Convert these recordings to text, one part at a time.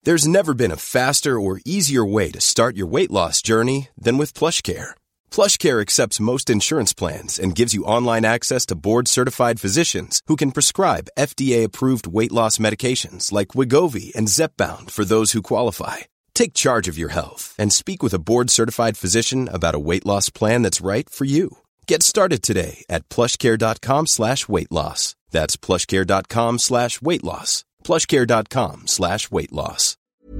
There's never been a faster or easier way to start your weight loss journey than with PlushCare. PlushCare accepts most insurance plans and gives you online access to board-certified physicians who can prescribe FDA-approved weight loss medications like Wegovy and Zepbound for those who qualify. Take charge of your health and speak with a board-certified physician about a weight loss plan that's right for you. Get started today at plushcare.com/weight loss. That's plushcare.com/weight loss. plushcare.com/weight loss.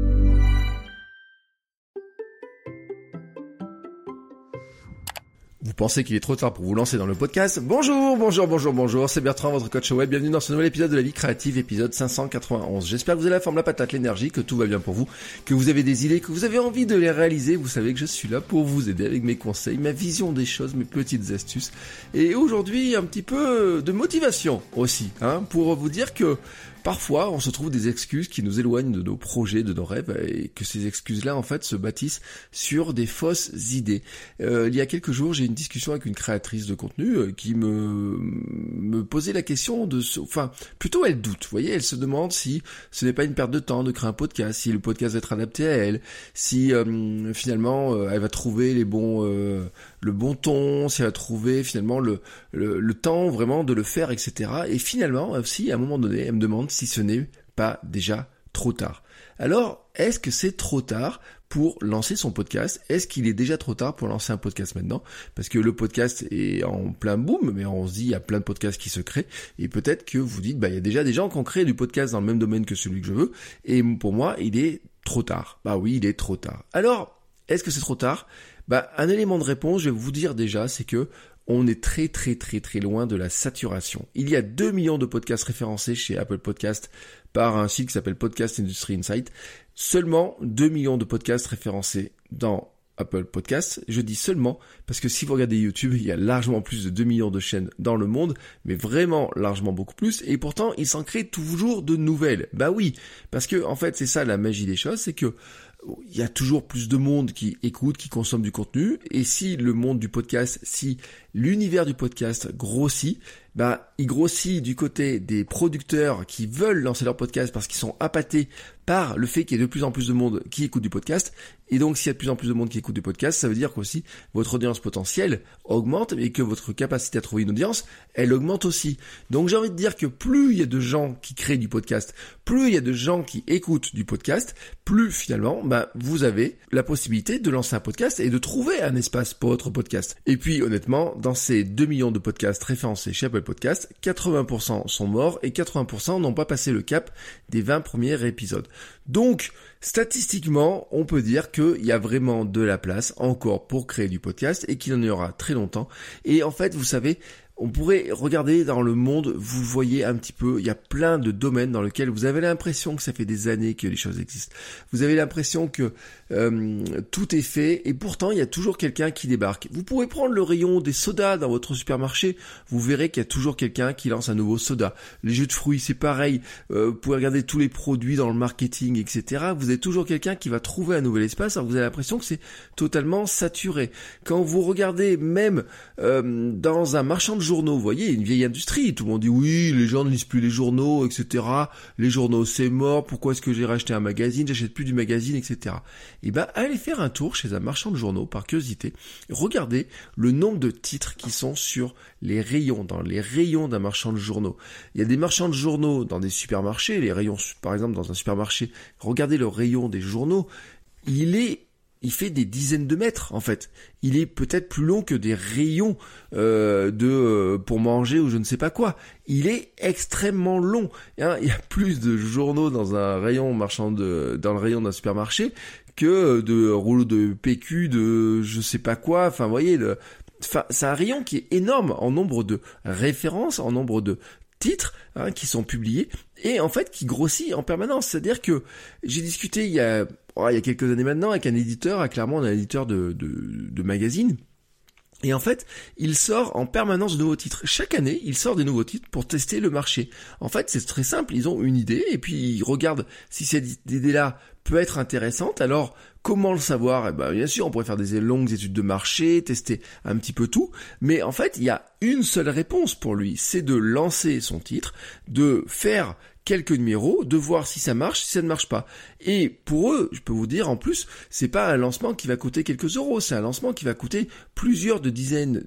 Vous pensez qu'il est trop tard pour vous lancer dans le podcast? Bonjour, c'est Bertrand, votre coach web. Bienvenue dans ce nouvel épisode de La Vie Créative, épisode 591. J'espère que vous avez la forme, la patate, l'énergie, que tout va bien pour vous, que vous avez des idées, que vous avez envie de les réaliser. Vous savez que je suis là pour vous aider avec mes conseils, ma vision des choses, mes petites astuces. Et aujourd'hui, un petit peu de motivation aussi, pour vous dire que parfois, on se trouve des excuses qui nous éloignent de nos projets, de nos rêves, et que ces excuses-là, en fait, se bâtissent sur des fausses idées. Il y a quelques jours, j'ai eu une discussion avec une créatrice de contenu qui me posait la question plutôt elle doute. Vous voyez, elle se demande si ce n'est pas une perte de temps de créer un podcast, si le podcast va être adapté à elle, si finalement elle va trouver le bon ton, si elle va trouver finalement le temps vraiment de le faire, etc. Et finalement aussi, à un moment donné, elle me demande si ce n'est pas déjà trop tard. Alors, est-ce que c'est trop tard pour lancer son podcast? Est-ce qu'il est déjà trop tard pour lancer un podcast maintenant? Parce que le podcast est en plein boom, mais on se dit il y a plein de podcasts qui se créent, et peut-être que vous dites il y a déjà des gens qui ont créé du podcast dans le même domaine que celui que je veux, et pour moi il est trop tard. Bah oui, il est trop tard. Alors, est-ce que c'est trop tard? Un élément de réponse, je vais vous dire déjà, c'est que on est très loin de la saturation. Il y a 2 millions de podcasts référencés chez Apple Podcasts par un site qui s'appelle Podcast Industry Insight. Seulement 2 millions de podcasts référencés dans Apple Podcasts. Je dis seulement parce que si vous regardez YouTube, il y a largement plus de 2 millions de chaînes dans le monde, mais vraiment largement beaucoup plus, et pourtant il s'en crée toujours de nouvelles. Bah oui, parce que en fait c'est ça la magie des choses, c'est que il y a toujours plus de monde qui écoute, qui consomme du contenu, et si le monde du podcast, si l'univers du podcast grossit, il grossit du côté des producteurs qui veulent lancer leur podcast parce qu'ils sont appâtés par le fait qu'il y ait de plus en plus de monde qui écoute du podcast. Et donc, s'il y a de plus en plus de monde qui écoute du podcast, ça veut dire qu'aussi votre audience potentielle augmente et que votre capacité à trouver une audience, elle augmente aussi. Donc, j'ai envie de dire que plus il y a de gens qui créent du podcast, plus il y a de gens qui écoutent du podcast, plus finalement, vous avez la possibilité de lancer un podcast et de trouver un espace pour votre podcast. Et puis, honnêtement, dans ces 2 millions de podcasts référencés chez Apple Podcasts, 80% sont morts et 80% n'ont pas passé le cap des 20 premiers épisodes. Donc, statistiquement, on peut dire qu'il y a vraiment de la place encore pour créer du podcast et qu'il en y aura très longtemps. Et en fait, vous savez, on pourrait regarder dans le monde, vous voyez un petit peu, il y a plein de domaines dans lesquels vous avez l'impression que ça fait des années que les choses existent. Vous avez l'impression que tout est fait, et pourtant il y a toujours quelqu'un qui débarque. Vous pourrez prendre le rayon des sodas dans votre supermarché, vous verrez qu'il y a toujours quelqu'un qui lance un nouveau soda. Les jus de fruits, c'est pareil. Vous pouvez regarder tous les produits dans le marketing, etc. Vous avez toujours quelqu'un qui va trouver un nouvel espace, alors vous avez l'impression que c'est totalement saturé. Quand vous regardez même dans un marchand de journaux, vous voyez, une vieille industrie, tout le monde dit oui, les gens ne lisent plus les journaux, etc. Les journaux c'est mort, pourquoi est-ce que j'ai racheté un magazine, j'achète plus du magazine, etc. Allez faire un tour chez un marchand de journaux par curiosité, regardez le nombre de titres qui sont sur les rayons, dans les rayons d'un marchand de journaux. Il y a des marchands de journaux dans des supermarchés, les rayons, par exemple dans un supermarché, regardez le rayon des journaux, il fait des dizaines de mètres en fait. Il est peut-être plus long que des rayons pour manger ou je ne sais pas quoi. Il est extrêmement long. Il y a plus de journaux dans un rayon dans le rayon d'un supermarché que de rouleaux de PQ, de je sais pas quoi. Enfin, vous voyez, c'est un rayon qui est énorme en nombre de références, en nombre de titres qui sont publiés et en fait qui grossit en permanence. C'est-à-dire que j'ai discuté il y a quelques années maintenant avec un éditeur, clairement un éditeur de magazine. Et en fait, il sort en permanence de nouveaux titres. Chaque année, il sort des nouveaux titres pour tester le marché. En fait, c'est très simple. Ils ont une idée et puis ils regardent si cette idée-là peut être intéressante. Alors, comment le savoir ? Bien sûr, on pourrait faire des longues études de marché, tester un petit peu tout. Mais en fait, il y a une seule réponse pour lui. C'est de lancer son titre, de faire quelques numéros, de voir si ça marche, si ça ne marche pas. Et pour eux, je peux vous dire en plus, c'est pas un lancement qui va coûter quelques euros, c'est un lancement qui va coûter plusieurs dizaines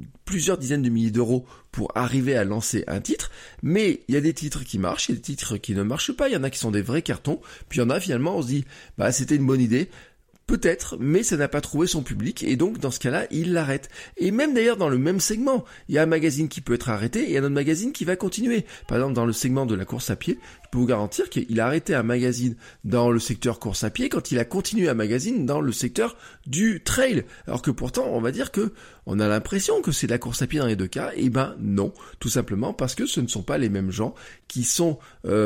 de milliers d'euros pour arriver à lancer un titre, mais il y a des titres qui marchent, il y a des titres qui ne marchent pas, il y en a qui sont des vrais cartons, puis il y en a finalement on se dit, c'était une bonne idée, peut-être, mais ça n'a pas trouvé son public, et donc dans ce cas-là, il l'arrête. Et même d'ailleurs dans le même segment, il y a un magazine qui peut être arrêté, et un autre magazine qui va continuer. Par exemple, dans le segment de la course à pied, je peux vous garantir qu'il a arrêté un magazine dans le secteur course à pied quand il a continué un magazine dans le secteur du trail. Alors que pourtant, on va dire que on a l'impression que c'est de la course à pied dans les deux cas. Et ben non, tout simplement parce que ce ne sont pas les mêmes gens qui sont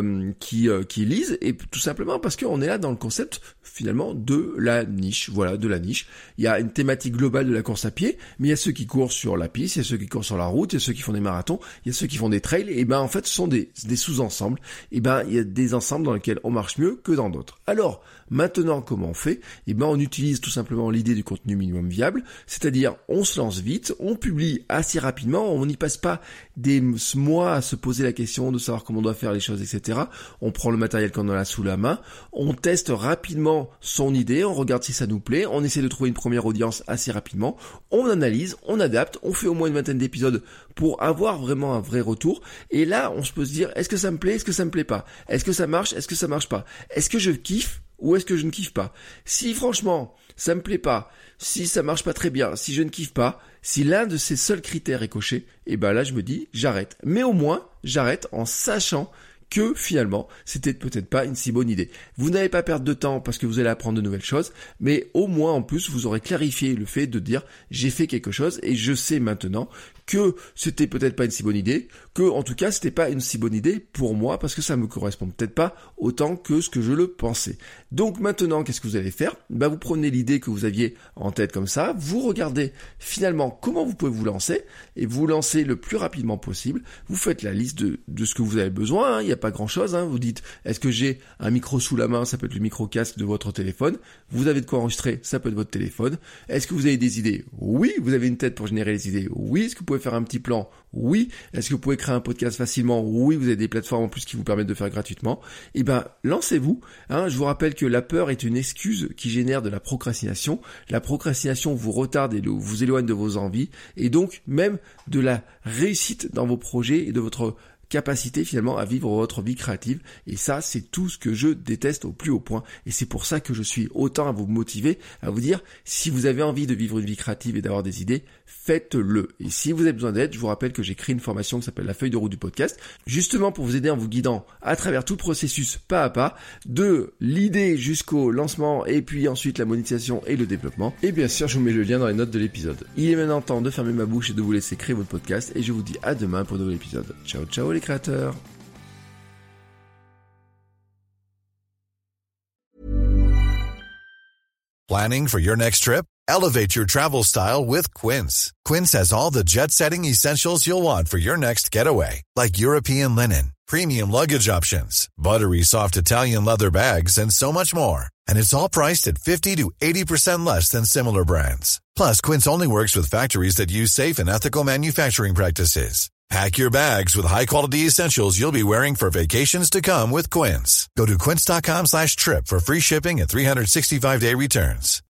qui lisent, et tout simplement parce qu'on est là dans le concept finalement de la niche. Voilà, de la niche. Il y a une thématique globale de la course à pied, mais il y a ceux qui courent sur la piste, il y a ceux qui courent sur la route, il y a ceux qui font des marathons, il y a ceux qui font des trails. Et ben en fait, ce sont des sous-ensembles. Et ben il y a des ensembles dans lesquels on marche mieux que dans d'autres. Alors, maintenant, comment on fait ? Eh ben, on utilise tout simplement l'idée du contenu minimum viable, c'est-à-dire on se lance vite, on publie assez rapidement, on n'y passe pas des mois à se poser la question de savoir comment on doit faire les choses, etc. On prend le matériel qu'on a sous la main, on teste rapidement son idée, on regarde si ça nous plaît, on essaie de trouver une première audience assez rapidement, on analyse, on adapte, on fait au moins une vingtaine d'épisodes pour avoir vraiment un vrai retour, et là, on peut se dire, est-ce que ça me plaît, est-ce que ça me plaît pas ? Est-ce que ça marche, est-ce que ça marche pas ? Est-ce que je kiffe ou est-ce que je ne kiffe pas ? Si franchement, ça me plaît pas, si ça marche pas très bien, si je ne kiffe pas, si l'un de ces seuls critères est coché, et ben là je me dis j'arrête. Mais au moins, j'arrête en sachant que finalement, c'était peut-être pas une si bonne idée. Vous n'allez pas perdre de temps parce que vous allez apprendre de nouvelles choses, mais au moins en plus, vous aurez clarifié le fait de dire j'ai fait quelque chose et je sais maintenant que c'était peut-être pas une si bonne idée, que en tout cas c'était pas une si bonne idée pour moi parce que ça me correspond peut-être pas autant que ce que je le pensais. Donc maintenant, qu'est-ce que vous allez faire ? Vous prenez l'idée que vous aviez en tête comme ça, vous regardez finalement comment vous pouvez vous lancer et vous lancez le plus rapidement possible. Vous faites la liste de ce que vous avez besoin, il n'y a pas grand-chose, vous dites est-ce que j'ai un micro sous la main, ça peut être le micro-casque de votre téléphone, vous avez de quoi enregistrer, ça peut être votre téléphone. Est-ce que vous avez des idées ? Oui. Vous avez une tête pour générer les idées ? Oui. Est-ce que vous pouvez faire un petit plan ? Oui. Est-ce que vous pouvez créer un podcast facilement ? Oui. Vous avez des plateformes en plus qui vous permettent de faire gratuitement. Et lancez-vous. Je vous rappelle que la peur est une excuse qui génère de la procrastination. La procrastination vous retarde et vous éloigne de vos envies et donc même de la réussite dans vos projets et de votre capacité finalement à vivre votre vie créative, et ça c'est tout ce que je déteste au plus haut point, et c'est pour ça que je suis autant à vous motiver, à vous dire si vous avez envie de vivre une vie créative et d'avoir des idées, faites-le. Et si vous avez besoin d'aide, je vous rappelle que j'ai créé une formation qui s'appelle la feuille de route du podcast, justement pour vous aider en vous guidant à travers tout le processus pas à pas, de l'idée jusqu'au lancement et puis ensuite la monétisation et le développement. Et bien sûr je vous mets le lien dans les notes de l'épisode. Il est maintenant temps de fermer ma bouche et de vous laisser créer votre podcast, et je vous dis à demain pour un nouvel épisode. Ciao ciao les créateurs. Planning for your next trip? Elevate your travel style with Quince. Quince has all the jet-setting essentials you'll want for your next getaway, like European linen, premium luggage options, buttery soft Italian leather bags, and so much more. And it's all priced at 50 to 80% less than similar brands. Plus, Quince only works with factories that use safe and ethical manufacturing practices. Pack your bags with high-quality essentials you'll be wearing for vacations to come with Quince. Go to quince.com/trip for free shipping and 365-day returns.